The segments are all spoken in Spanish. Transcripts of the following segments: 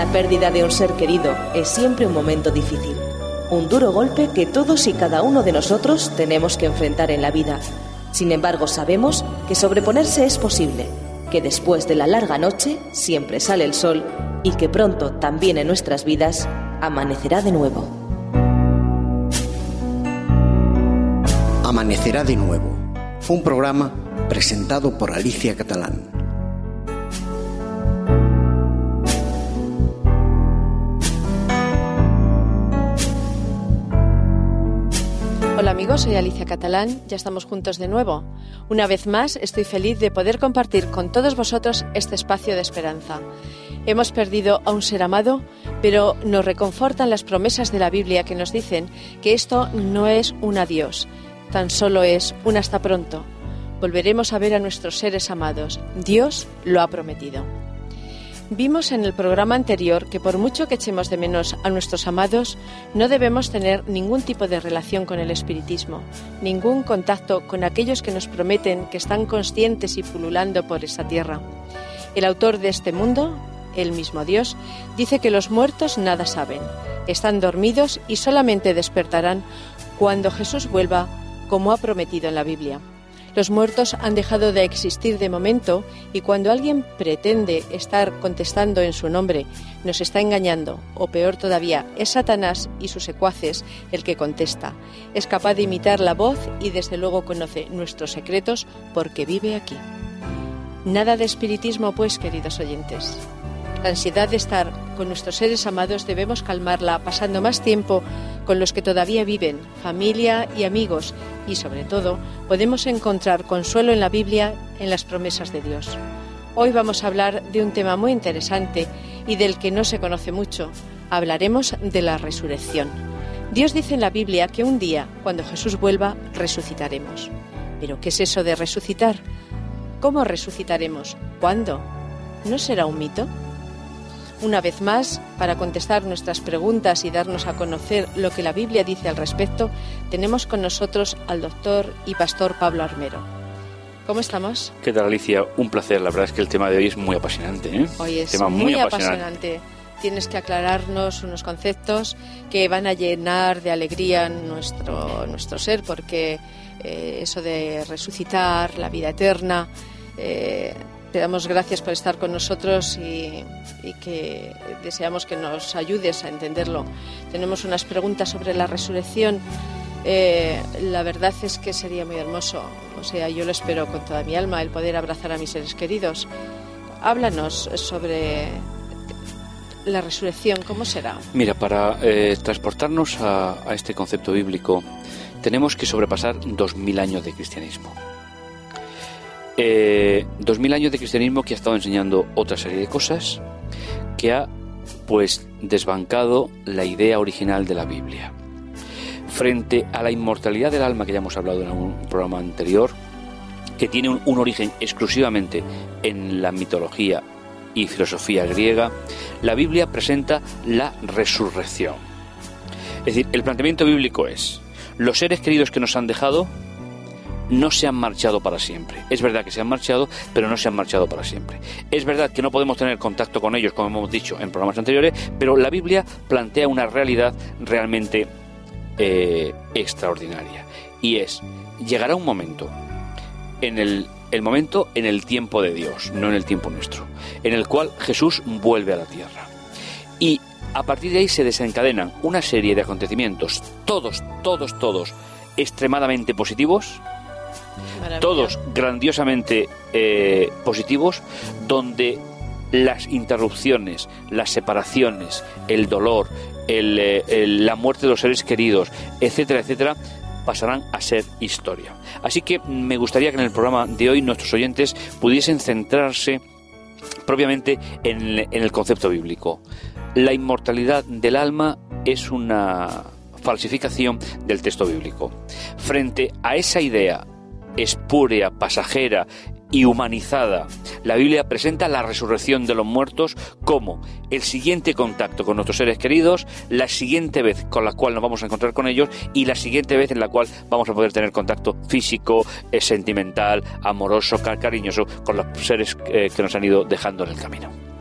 La pérdida de un ser querido es siempre un momento difícil, un duro golpe que todos y cada uno de nosotros tenemos que enfrentar en la vida. Sin embargo, sabemos que sobreponerse es posible, que después de la larga noche siempre sale el sol y que pronto, también en nuestras vidas, amanecerá de nuevo. Amanecerá de nuevo. Un programa presentado por Alicia Catalán. Hola amigos, soy Alicia Catalán, ya estamos juntos de nuevo. Una vez más estoy feliz de poder compartir con todos vosotros este espacio de esperanza. Hemos perdido a un ser amado, pero nos reconfortan las promesas de la Biblia que nos dicen que esto no es un adiós, tan solo es un hasta pronto. Volveremos a ver a nuestros seres amados. Dios lo ha prometido. Vimos en el programa anterior que por mucho que echemos de menos a nuestros amados, no debemos tener ningún tipo de relación con el espiritismo, ningún contacto con aquellos que nos prometen que están conscientes y pululando por esta tierra. El autor de este mundo, el mismo Dios, dice que los muertos nada saben, están dormidos y solamente despertarán cuando Jesús vuelva, como ha prometido en la Biblia. Los muertos han dejado de existir de momento y cuando alguien pretende estar contestando en su nombre, nos está engañando, o peor todavía, es Satanás y sus secuaces el que contesta. Es capaz de imitar la voz y desde luego conoce nuestros secretos porque vive aquí. Nada de espiritismo, pues, queridos oyentes. La ansiedad de estar con nuestros seres amados debemos calmarla pasando más tiempo con los que todavía viven, familia y amigos, y sobre todo podemos encontrar consuelo en la Biblia, en las promesas de Dios. Hoy vamos a hablar de un tema muy interesante y del que no se conoce mucho. Hablaremos de la resurrección. Dios dice en la Biblia que un día, cuando Jesús vuelva, resucitaremos. ¿Pero qué es eso de resucitar? ¿Cómo resucitaremos? ¿Cuándo? ¿No será un mito? Una vez más, para contestar nuestras preguntas y darnos a conocer lo que la Biblia dice al respecto, tenemos con nosotros al doctor y pastor Pablo Armero. ¿Cómo estamos? ¿Qué tal, Alicia? Un placer. La verdad es que el tema de hoy es muy apasionante, ¿eh? Hoy es tema muy apasionante. Tienes que aclararnos unos conceptos que van a llenar de alegría nuestro ser, porque eso de resucitar, la vida eterna... Te damos gracias por estar con nosotros y que deseamos que nos ayudes a entenderlo. Tenemos unas preguntas sobre la resurrección. La verdad es que sería muy hermoso. O sea, yo lo espero con toda mi alma, el poder abrazar a mis seres queridos. Háblanos sobre la resurrección, ¿cómo será? Mira, para transportarnos a este concepto bíblico, tenemos que sobrepasar 2000 años de cristianismo. 2000 años de cristianismo que ha estado enseñando otra serie de cosas, que ha pues desbancado la idea original de la Biblia. Frente a la inmortalidad del alma, que ya hemos hablado en un programa anterior, que tiene un origen exclusivamente en la mitología y filosofía griega, la Biblia presenta la resurrección. Es decir, el planteamiento bíblico es: los seres queridos que nos han dejado no se han marchado para siempre. Es verdad que se han marchado, pero no se han marchado para siempre. Es verdad que no podemos tener contacto con ellos, como hemos dicho en programas anteriores, pero la Biblia plantea una realidad realmente extraordinaria. Y es, llegará un momento, en el momento en el tiempo de Dios, no en el tiempo nuestro, en el cual Jesús vuelve a la tierra. Y a partir de ahí se desencadenan una serie de acontecimientos, todos extremadamente positivos, todos grandiosamente positivos, donde las interrupciones, las separaciones, el dolor, la muerte de los seres queridos, etcétera, pasarán a ser historia. Así que me gustaría que en el programa de hoy nuestros oyentes pudiesen centrarse propiamente en el concepto bíblico. La inmortalidad del alma es una falsificación del texto bíblico. Frente a esa idea espúrea, pasajera y humanizada, la Biblia presenta la resurrección de los muertos como el siguiente contacto con nuestros seres queridos, la siguiente vez con la cual nos vamos a encontrar con ellos y la siguiente vez en la cual vamos a poder tener contacto físico, sentimental, amoroso, cariñoso con los seres que nos han ido dejando en el camino.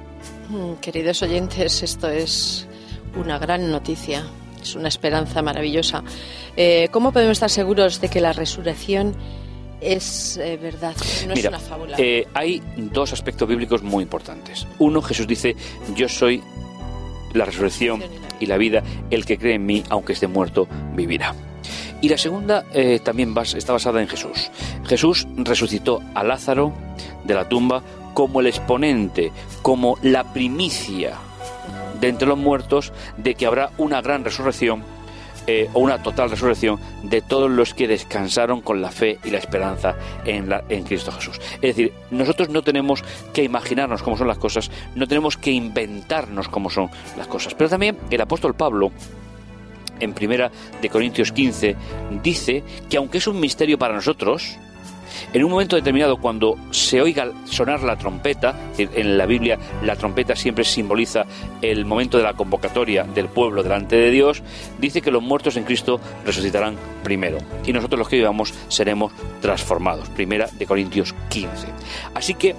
Queridos oyentes, esto es una gran noticia, es una esperanza maravillosa. ¿Cómo podemos estar seguros de que la resurrección es verdad, no es una fábula? Hay dos aspectos bíblicos muy importantes. Uno, Jesús dice: yo soy la resurrección y la vida, el que cree en mí, aunque esté muerto, vivirá. Y la segunda también está basada en Jesús. Jesús resucitó a Lázaro de la tumba como el exponente, como la primicia de entre los muertos de que habrá una gran resurrección o una total resurrección de todos los que descansaron con la fe y la esperanza en Cristo Jesús. Es decir, nosotros no tenemos que imaginarnos cómo son las cosas, no tenemos que inventarnos cómo son las cosas. Pero también el apóstol Pablo, en 1 Corintios 15, dice que aunque es un misterio para nosotros, en un momento determinado, cuando se oiga sonar la trompeta, en la Biblia la trompeta siempre simboliza el momento de la convocatoria del pueblo delante de Dios, dice que los muertos en Cristo resucitarán primero y nosotros los que vivamos seremos transformados. 1 Corintios 15. Así que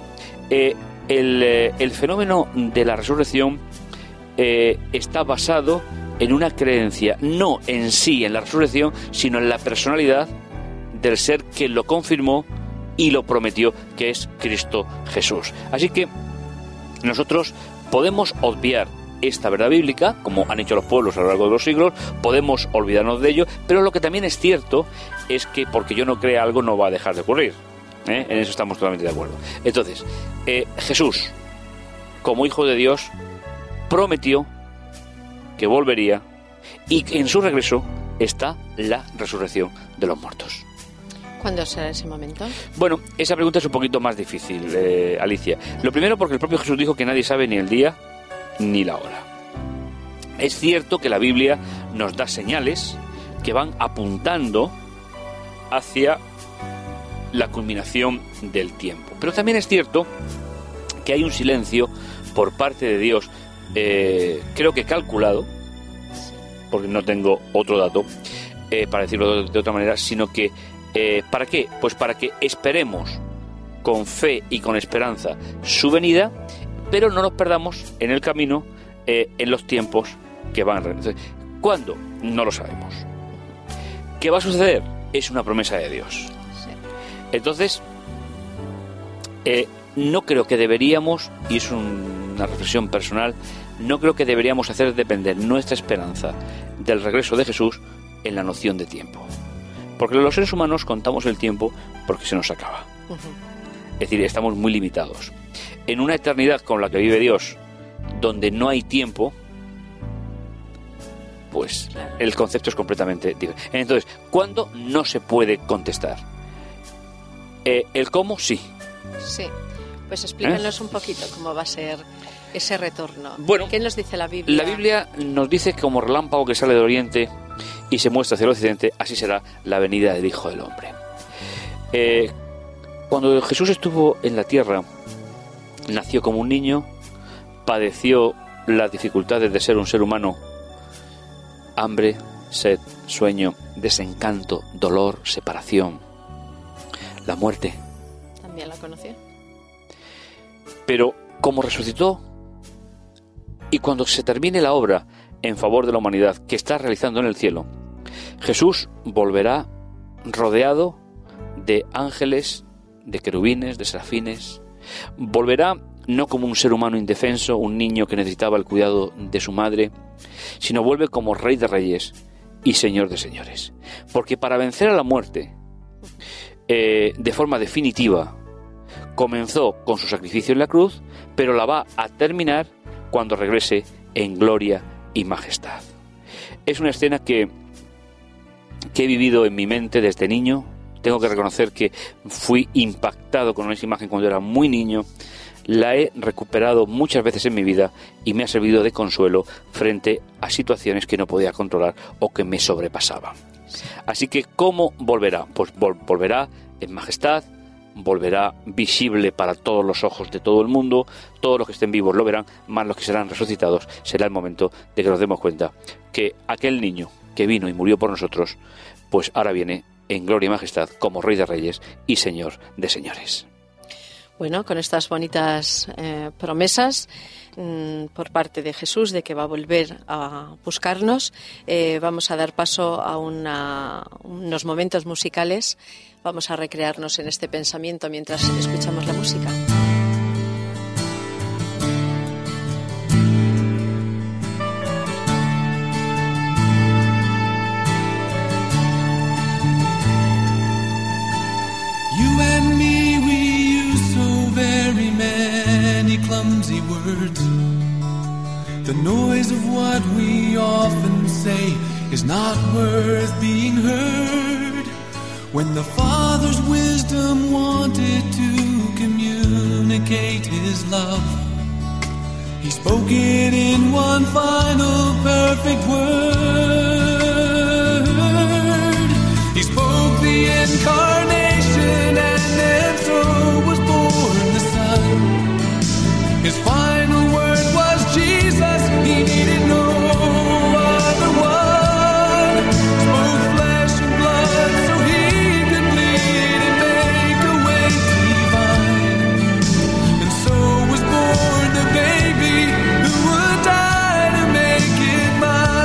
el fenómeno de la resurrección está basado en una creencia, no en sí, en la resurrección, sino en la personalidad del ser que lo confirmó y lo prometió, que es Cristo Jesús. Así que nosotros podemos obviar esta verdad bíblica, como han hecho los pueblos a lo largo de los siglos, podemos olvidarnos de ello, pero lo que también es cierto es que porque yo no crea algo no va a dejar de ocurrir. En eso estamos totalmente de acuerdo. Entonces, Jesús, como Hijo de Dios, prometió que volvería, y en su regreso está la resurrección de los muertos. ¿Cuándo será ese momento? Bueno, esa pregunta es un poquito más difícil, Alicia. Lo primero porque el propio Jesús dijo que nadie sabe ni el día ni la hora. Es cierto que la Biblia nos da señales que van apuntando hacia la culminación del tiempo. Pero también es cierto que hay un silencio por parte de Dios, creo que calculado, porque no tengo otro dato para decirlo de otra manera, sino que ¿para qué? Pues para que esperemos con fe y con esperanza su venida, pero no nos perdamos en el camino, en los tiempos que van. Entonces, ¿cuándo? No lo sabemos. ¿Qué va a suceder? Es una promesa de Dios. Entonces, no creo que deberíamos, y es una reflexión personal, no creo que deberíamos hacer depender nuestra esperanza del regreso de Jesús en la noción de tiempo. Porque los seres humanos contamos el tiempo porque se nos acaba. Es decir, estamos muy limitados. En una eternidad con la que vive Dios, donde no hay tiempo, pues el concepto es completamente diferente. Entonces, ¿cuándo? No se puede contestar. ¿El cómo? Sí. Sí. Pues explícanos un poquito cómo va a ser ese retorno. Bueno, ¿qué nos dice la Biblia? La Biblia nos dice que como relámpago que sale del oriente y se muestra hacia el occidente, así será la venida del Hijo del Hombre. Cuando Jesús estuvo en la tierra, nació como un niño, padeció las dificultades de ser un ser humano: hambre, sed, sueño, desencanto, dolor, separación, la muerte. También la conoció. Pero como resucitó, y cuando se termine la obra en favor de la humanidad que está realizando en el cielo, Jesús volverá rodeado de ángeles, de querubines, de serafines. Volverá no como un ser humano indefenso, un niño que necesitaba el cuidado de su madre, sino vuelve como Rey de Reyes y Señor de Señores. Porque para vencer a la muerte de forma definitiva, comenzó con su sacrificio en la cruz, pero la va a terminar cuando regrese en gloria y majestad. Es una escena que he vivido en mi mente desde niño. Tengo que reconocer que fui impactado con esa imagen cuando era muy niño. La he recuperado muchas veces en mi vida y me ha servido de consuelo frente a situaciones que no podía controlar o que me sobrepasaban. Así que, ¿cómo volverá? Pues volverá en majestad, volverá visible para todos los ojos de todo el mundo. Todos los que estén vivos lo verán, más los que serán resucitados. Será el momento de que nos demos cuenta que aquel niño que vino y murió por nosotros, pues ahora viene en gloria y majestad como Rey de Reyes y Señor de Señores. Bueno, con estas bonitas promesas por parte de Jesús de que va a volver a buscarnos, vamos a dar paso a unos momentos musicales. Vamos a recrearnos en este pensamiento mientras escuchamos la música. Clumsy words. The noise of what we often say is not worth being heard. When the Father's wisdom wanted to communicate His love, He spoke it in one final perfect word. He spoke the incarnation, and then so was born the Son. His final word was Jesus, He needed no other one. Spoke flesh and blood so He could bleed and make a way divine. And so was born the baby who would die to make it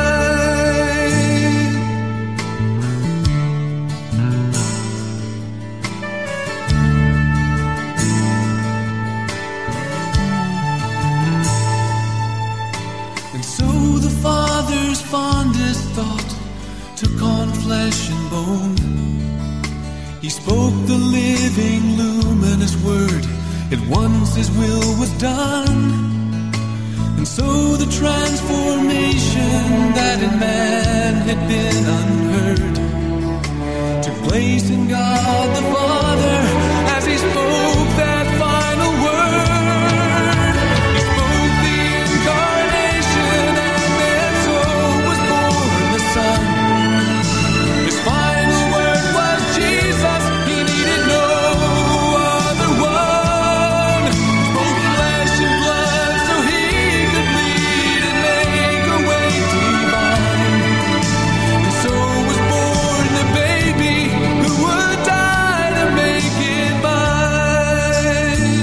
Father's fondest thought took on flesh and bone. He spoke the living, luminous word. At once His will was done. And so the transformation that in man had been unheard took place in God the Father as He spoke that final word. He spoke the incarnation, and then so was born the Son. His final word was Jesus, He needed no other one. Spoke flesh and blood so He could bleed and make a way divine. And so was born the baby who would die to make it mine.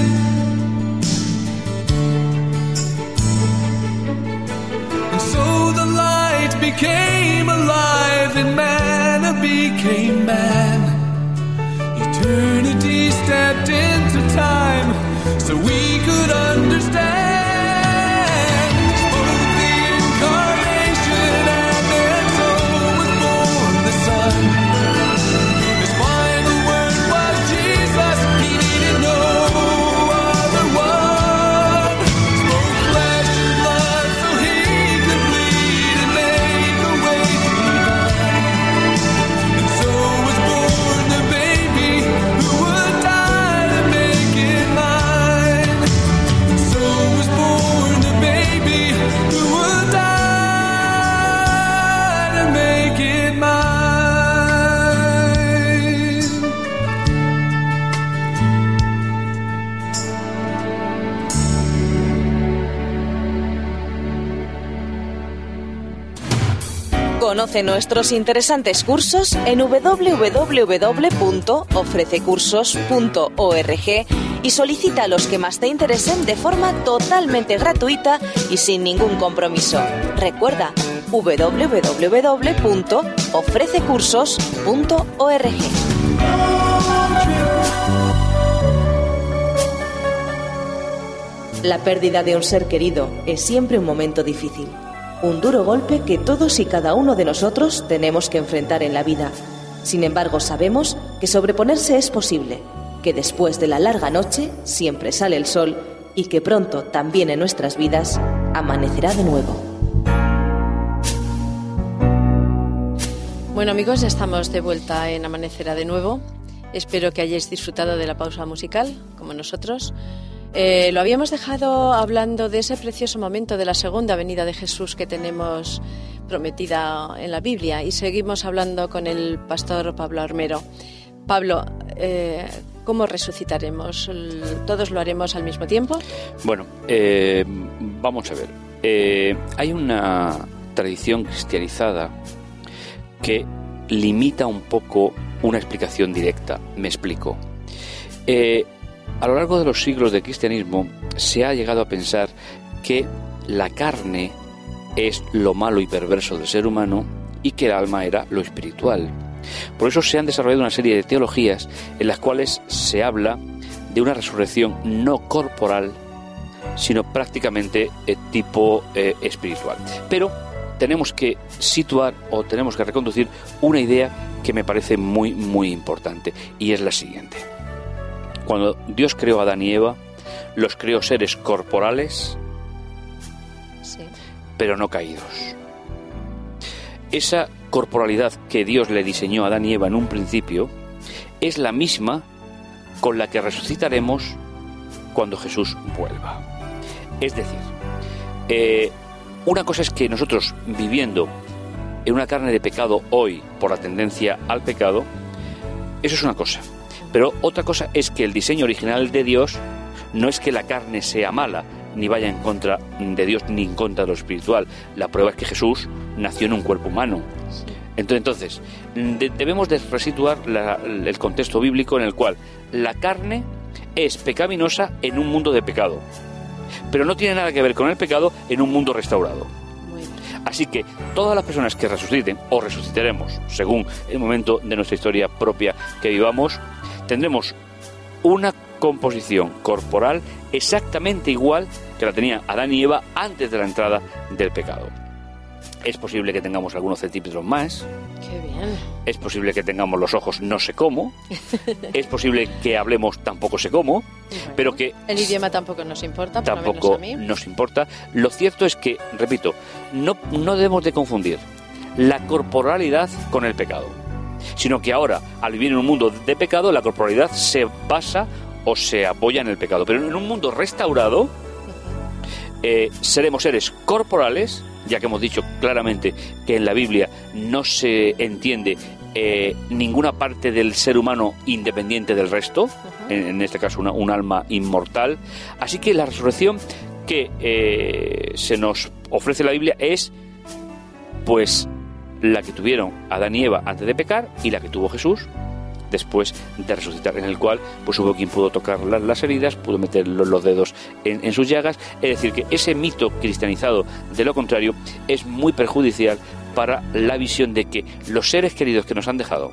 And so the light became alive and manna became man. Eternity stepped into time so we could understand. Spoke the incarnation, and then so was born the Son. His final word was Jesus, He needed no other one. Spoke flesh and blood so He could bleed and make a way divine. And so was born the baby who would die to make it mine. And so was born the baby who would die to make it mine. Conoce nuestros interesantes cursos en www.ofrececursos.org y solicita los que más te interesen de forma totalmente gratuita y sin ningún compromiso. Recuerda, www.ofrececursos.org. La pérdida de un ser querido es siempre un momento difícil. Un duro golpe que todos y cada uno de nosotros tenemos que enfrentar en la vida. Sin embargo, sabemos que sobreponerse es posible, que después de la larga noche siempre sale el sol y que pronto, también en nuestras vidas, amanecerá de nuevo. Bueno, amigos, ya estamos de vuelta en Amanecerá de nuevo. Espero que hayáis disfrutado de la pausa musical, como nosotros. Lo habíamos dejado hablando de ese precioso momento de la segunda venida de Jesús que tenemos prometida en la Biblia, y seguimos hablando con el pastor Pablo Armero. Pablo, ¿cómo resucitaremos? ¿Todos lo haremos al mismo tiempo? Bueno, vamos a ver. Hay una tradición cristianizada que limita un poco una explicación directa. Me explico. A lo largo de los siglos de cristianismo se ha llegado a pensar que la carne es lo malo y perverso del ser humano y que el alma era lo espiritual. Por eso se han desarrollado una serie de teologías en las cuales se habla de una resurrección no corporal, sino prácticamente tipo espiritual. Pero tenemos que situar o tenemos que reconducir una idea que me parece muy, muy importante, y es la siguiente. Cuando Dios creó a Adán y Eva, los creó seres corporales, Sí. pero no caídos. Esa corporalidad que Dios le diseñó a Adán y Eva en un principio es la misma con la que resucitaremos cuando Jesús vuelva. Es decir, una cosa es que nosotros, viviendo en una carne de pecado hoy por la tendencia al pecado, eso es una cosa. Pero otra cosa es que el diseño original de Dios no es que la carne sea mala, ni vaya en contra de Dios, ni en contra de lo espiritual. La prueba es que Jesús nació en un cuerpo humano. Entonces, debemos de resituar el contexto bíblico en el cual la carne es pecaminosa en un mundo de pecado, pero no tiene nada que ver con el pecado en un mundo restaurado. Muy bien. Así que todas las personas que resuciten o resucitaremos, según el momento de nuestra historia propia que vivamos, tendremos una composición corporal exactamente igual que la tenía Adán y Eva antes de la entrada del pecado. Es posible que tengamos algunos centímetros más. Qué bien. Es posible que tengamos los ojos no sé cómo. Es posible que hablemos tampoco sé cómo. Bueno, Pero que el idioma tampoco nos importa, por lo menos tampoco a mí. nos importa. Lo cierto es que, repito, no debemos de confundir la corporalidad con el pecado, sino que ahora, al vivir en un mundo de pecado, la corporalidad se basa o se apoya en el pecado. Pero en un mundo restaurado, seremos seres corporales, ya que hemos dicho claramente que en la Biblia no se entiende ninguna parte del ser humano independiente del resto, en este caso un alma inmortal. Así que la resurrección que se nos ofrece la Biblia es pues la que tuvieron Adán y Eva antes de pecar y la que tuvo Jesús después de resucitar, en el cual pues hubo quien pudo tocar las heridas, pudo meter los dedos en sus llagas. Es decir, que ese mito cristianizado, de lo contrario, es muy perjudicial para la visión de que los seres queridos que nos han dejado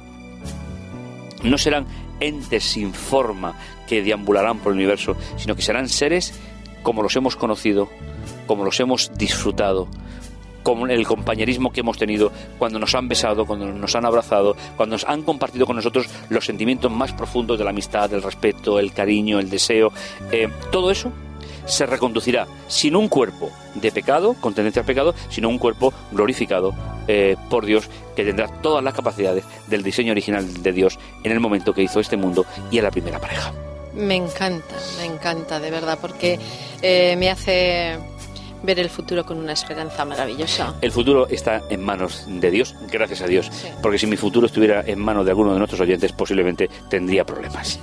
no serán entes sin forma que deambularán por el universo, sino que serán seres como los hemos conocido, como los hemos disfrutado, como el compañerismo que hemos tenido cuando nos han besado, cuando nos han abrazado, cuando nos han compartido con nosotros los sentimientos más profundos de la amistad, el respeto, el cariño, el deseo. Todo eso se reconducirá sin un cuerpo de pecado, con tendencia al pecado, sino un cuerpo glorificado por Dios, que tendrá todas las capacidades del diseño original de Dios en el momento que hizo este mundo y a la primera pareja. Me encanta, de verdad, porque me hace ver el futuro con una esperanza maravillosa. El futuro está en manos de Dios, gracias a Dios, Sí. porque si mi futuro estuviera en manos de alguno de nuestros oyentes, posiblemente tendría problemas.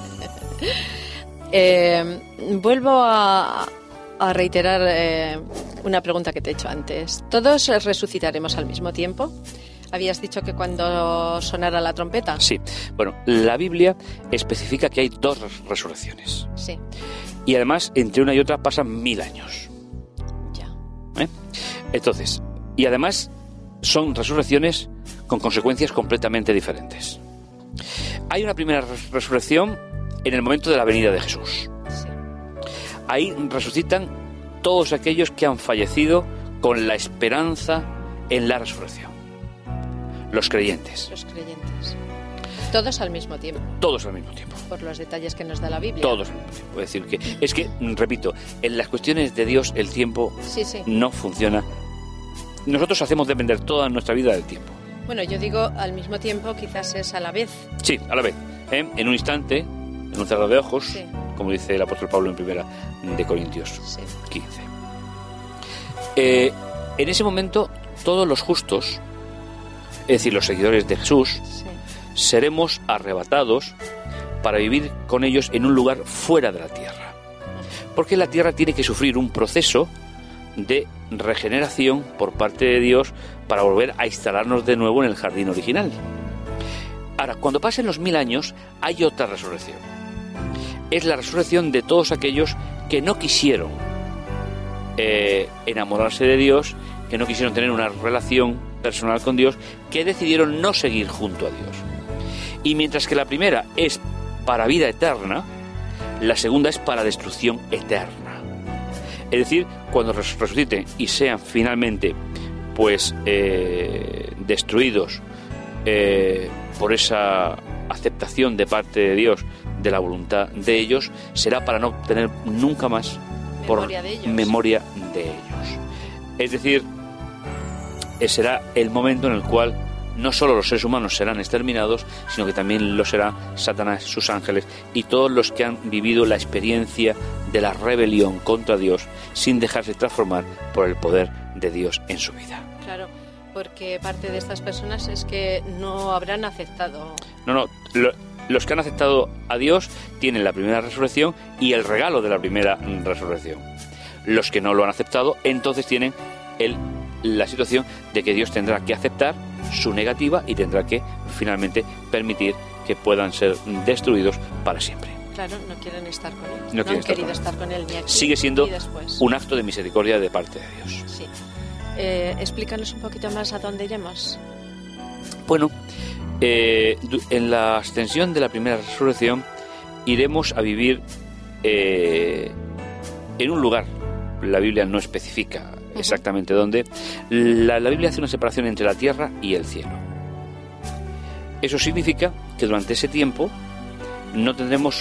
Vuelvo a reiterar una pregunta que te he hecho antes. ¿Todos resucitaremos al mismo tiempo? Habías dicho que cuando sonara la trompeta. Sí, bueno, la Biblia especifica que hay 2 resurrecciones. Sí, Y además, entre una y otra pasan 1000 años. ya. Entonces, y además son resurrecciones con consecuencias completamente diferentes. Hay una primera resurrección en el momento de la venida de Jesús. Sí. Ahí resucitan todos aquellos que han fallecido con la esperanza en la resurrección. Los creyentes. Los creyentes. Todos al mismo tiempo, Todos al mismo tiempo. por los detalles que nos da la Biblia. Todos al mismo tiempo. Es decir, que es que, repito, en las cuestiones de Dios el tiempo Sí, sí. no funciona. Nosotros hacemos depender toda nuestra vida del tiempo. Bueno, yo digo al mismo tiempo, quizás es a la vez. Sí, a la vez. En un instante, en un cerrar de ojos, Sí. como dice el apóstol Pablo en 1 de Corintios Sí. 15. En ese momento, todos los justos, es decir, los seguidores de Jesús, Sí. seremos arrebatados para vivir con ellos en un lugar fuera de la tierra. Porque la tierra tiene que sufrir un proceso de regeneración por parte de Dios para volver a instalarnos de nuevo en el jardín original. Ahora, cuando pasen los 1000 años, hay otra resurrección. es la resurrección de todos aquellos que no quisieron enamorarse de Dios, que no quisieron tener una relación personal con Dios, que decidieron no seguir junto a Dios. Y mientras que la primera es para vida eterna, la segunda es para destrucción eterna. Es decir, cuando resuciten y sean finalmente pues destruidos por esa aceptación de parte de Dios de la voluntad de ellos, será para no tener nunca más memoria de ellos. Es decir, será el momento en el cual no solo los seres humanos serán exterminados, sino que también lo será Satanás, sus ángeles y todos los que han vivido la experiencia de la rebelión contra Dios sin dejarse transformar por el poder de Dios en su vida. Claro, porque parte de estas personas es que no habrán aceptado. Los que han aceptado a Dios tienen la primera resurrección y el regalo de la primera resurrección. Los que no lo han aceptado, entonces tienen la situación de que Dios tendrá que aceptar su negativa y tendrá que finalmente permitir que puedan ser destruidos para siempre. Claro, no quieren estar con Él. No han querido estar con Él ni aquí. Sigue siendo ni después. Un acto de misericordia de parte de Dios. Sí. Explícanos un poquito más a dónde iremos. Bueno, en la ascensión de la primera resurrección iremos a vivir en un lugar. La Biblia no especifica exactamente dónde. La Biblia hace una separación entre la tierra y el cielo. Eso significa que durante ese tiempo no tendremos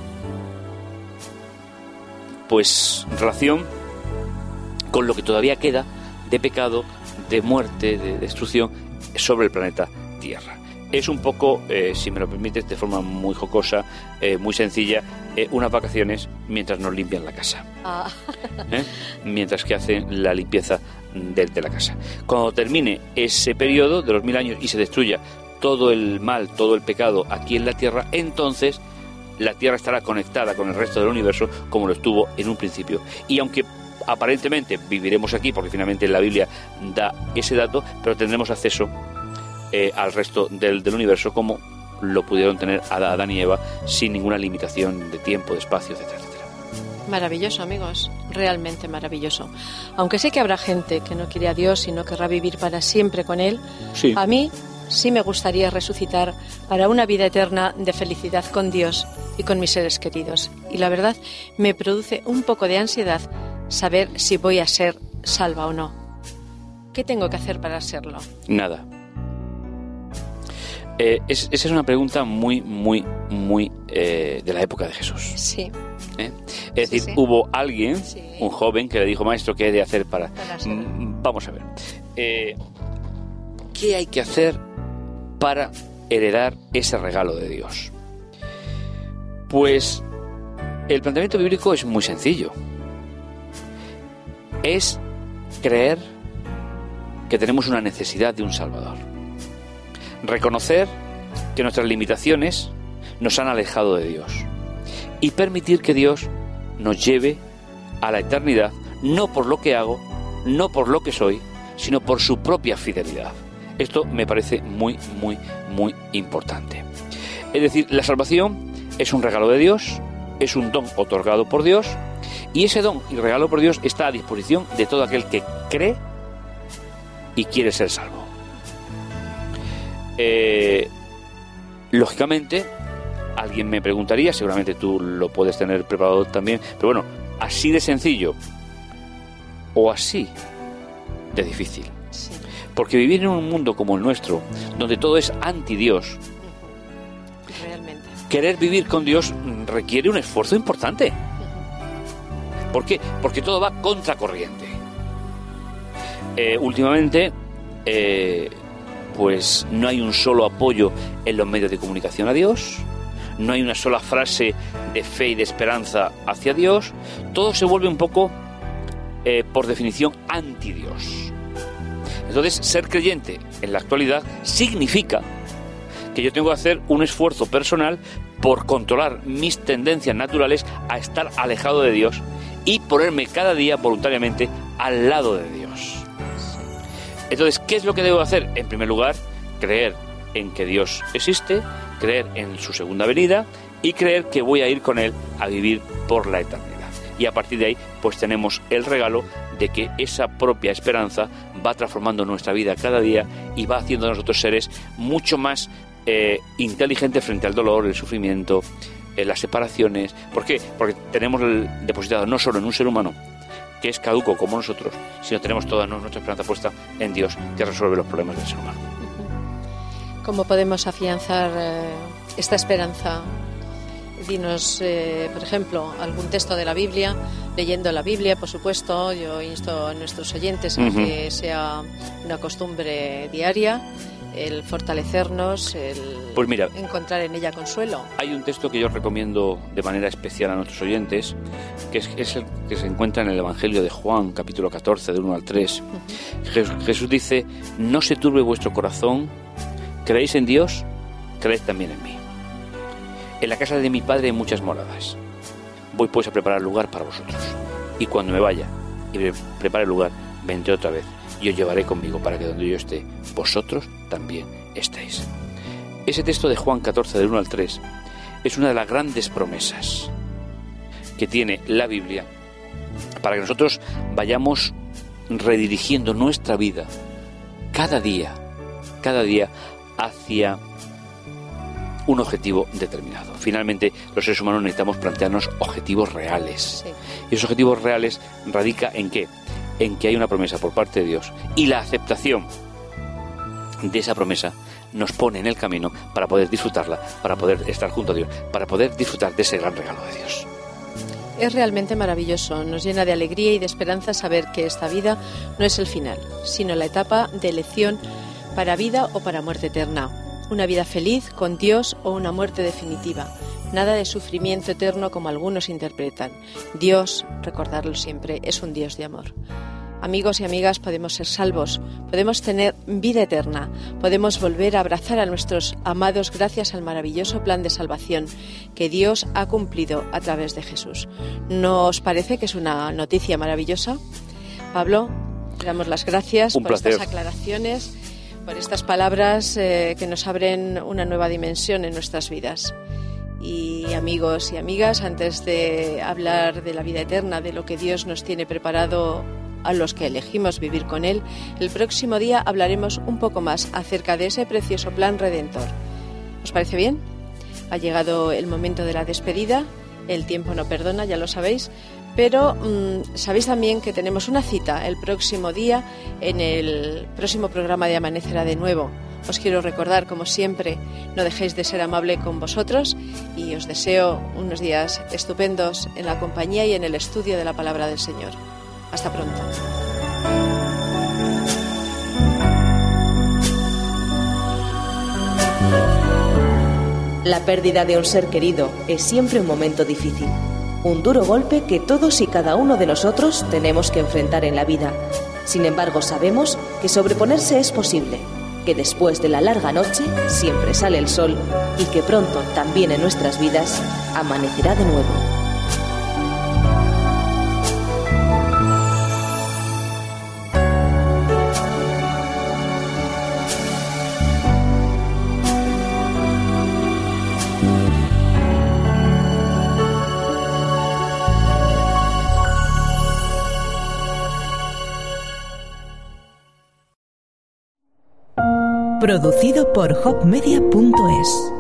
pues relación con lo que todavía queda de pecado, de muerte, de destrucción sobre el planeta Tierra. Es un poco, si me lo permites, de forma muy jocosa, muy sencilla, unas vacaciones mientras nos limpian la casa. Mientras que hacen la limpieza de la casa. Cuando termine ese periodo de los 1000 años y se destruya todo el mal, todo el pecado aquí en la Tierra, entonces la Tierra estará conectada con el resto del universo como lo estuvo en un principio. Y aunque aparentemente viviremos aquí, porque finalmente la Biblia da ese dato, pero tendremos acceso al resto del universo como lo pudieron tener Adán y Eva sin ninguna limitación de tiempo, de espacio, etcétera, etcétera. Maravilloso, amigos, realmente maravilloso. Aunque sé que habrá gente que no quiere a Dios y no querrá vivir para siempre con Él, sí. A mí sí me gustaría resucitar para una vida eterna de felicidad con Dios y con mis seres queridos. Y la verdad, me produce un poco de ansiedad saber si voy a ser salva o no. ¿Qué tengo que hacer para serlo? Nada. Esa es una pregunta muy de la época de Jesús. Sí. Es decir, hubo alguien, un joven, que le dijo: maestro, ¿qué he de hacer para vamos a ver. ¿Qué hay que hacer para heredar ese regalo de Dios? Pues el planteamiento bíblico es muy sencillo. Es creer que tenemos una necesidad de un Salvador. Reconocer que nuestras limitaciones nos han alejado de Dios y permitir que Dios nos lleve a la eternidad, no por lo que hago, no por lo que soy, sino por su propia fidelidad. Esto me parece muy importante. Es decir, la salvación es un regalo de Dios, es un don otorgado por Dios, y ese don y regalo por Dios está a disposición de todo aquel que cree y quiere ser salvo. Lógicamente, alguien me preguntaría, seguramente tú lo puedes tener preparado también, pero bueno, así de sencillo o así de difícil. Sí. Porque vivir en un mundo como el nuestro, donde todo es anti-Dios, realmente, querer vivir con Dios requiere un esfuerzo importante. ¿Por qué? Porque todo va contracorriente. Últimamente, pues no hay un solo apoyo en los medios de comunicación a Dios, no hay una sola frase de fe y de esperanza hacia Dios, todo se vuelve un poco, por definición, anti-Dios. Entonces, ser creyente en la actualidad significa que yo tengo que hacer un esfuerzo personal por controlar mis tendencias naturales a estar alejado de Dios y ponerme cada día voluntariamente al lado de Dios. Entonces, ¿qué es lo que debo hacer? En primer lugar, creer en que Dios existe, creer en su segunda venida, y creer que voy a ir con Él a vivir por la eternidad. Y a partir de ahí, pues tenemos el regalo de que esa propia esperanza va transformando nuestra vida cada día y va haciendo de nosotros seres mucho más inteligentes frente al dolor, el sufrimiento, las separaciones. ¿Por qué? Porque tenemos depositado no solo en un ser humano que es caduco como nosotros, sino tenemos toda nuestra esperanza puesta en Dios, que resuelve los problemas del ser humano. ¿Cómo podemos afianzar esta esperanza? Dinos, por ejemplo, algún texto de la Biblia, leyendo la Biblia, por supuesto. Yo insto a nuestros oyentes a que sea una costumbre diaria, el fortalecernos, el pues mira, encontrar en ella consuelo. Hay un texto que yo recomiendo de manera especial a nuestros oyentes, que es el que se encuentra en el Evangelio de Juan, capítulo 14, de 1 al 3. Jesús dice: no se turbe vuestro corazón, creéis en Dios, creed también en mí. En la casa de mi Padre hay muchas moradas. Voy pues a preparar lugar para vosotros. Y cuando me vaya y prepare el lugar, vendré otra vez y os llevaré conmigo, para que donde yo esté, vosotros también estéis. Ese texto de Juan 14, del 1 al 3, es una de las grandes promesas que tiene la Biblia para que nosotros vayamos redirigiendo nuestra vida cada día hacia un objetivo determinado. Finalmente, los seres humanos necesitamos plantearnos objetivos reales. Sí. Y esos objetivos reales radica ¿en qué? En que hay una promesa por parte de Dios, y la aceptación de esa promesa nos pone en el camino para poder disfrutarla, para poder estar junto a Dios, para poder disfrutar de ese gran regalo de Dios. Es realmente maravilloso, nos llena de alegría y de esperanza saber que esta vida no es el final, sino la etapa de elección para vida o para muerte eterna. Una vida feliz con Dios o una muerte definitiva. Nada de sufrimiento eterno como algunos interpretan. Dios, recordarlo siempre, es un Dios de amor. Amigos y amigas, podemos ser salvos, podemos tener vida eterna, podemos volver a abrazar a nuestros amados gracias al maravilloso plan de salvación que Dios ha cumplido a través de Jesús. ¿No os parece que es una noticia maravillosa? Pablo, te damos las gracias por estas aclaraciones, por estas palabras que nos abren una nueva dimensión en nuestras vidas. Y amigos y amigas, antes de hablar de la vida eterna, de lo que Dios nos tiene preparado a los que elegimos vivir con Él, el próximo día hablaremos un poco más acerca de ese precioso plan redentor. ¿Os parece bien? Ha llegado el momento de la despedida, el tiempo no perdona, ya lo sabéis, pero sabéis también que tenemos una cita el próximo día en el próximo programa de Amanecerá de Nuevo. Os quiero recordar, como siempre, no dejéis de ser amable con vosotros y os deseo unos días estupendos en la compañía y en el estudio de la palabra del Señor. Hasta pronto. La pérdida de un ser querido es siempre un momento difícil, un duro golpe que todos y cada uno de nosotros tenemos que enfrentar en la vida. Sin embargo, sabemos que sobreponerse es posible, que después de la larga noche siempre sale el sol y que pronto también en nuestras vidas amanecerá de nuevo. Producido por hopmedia.es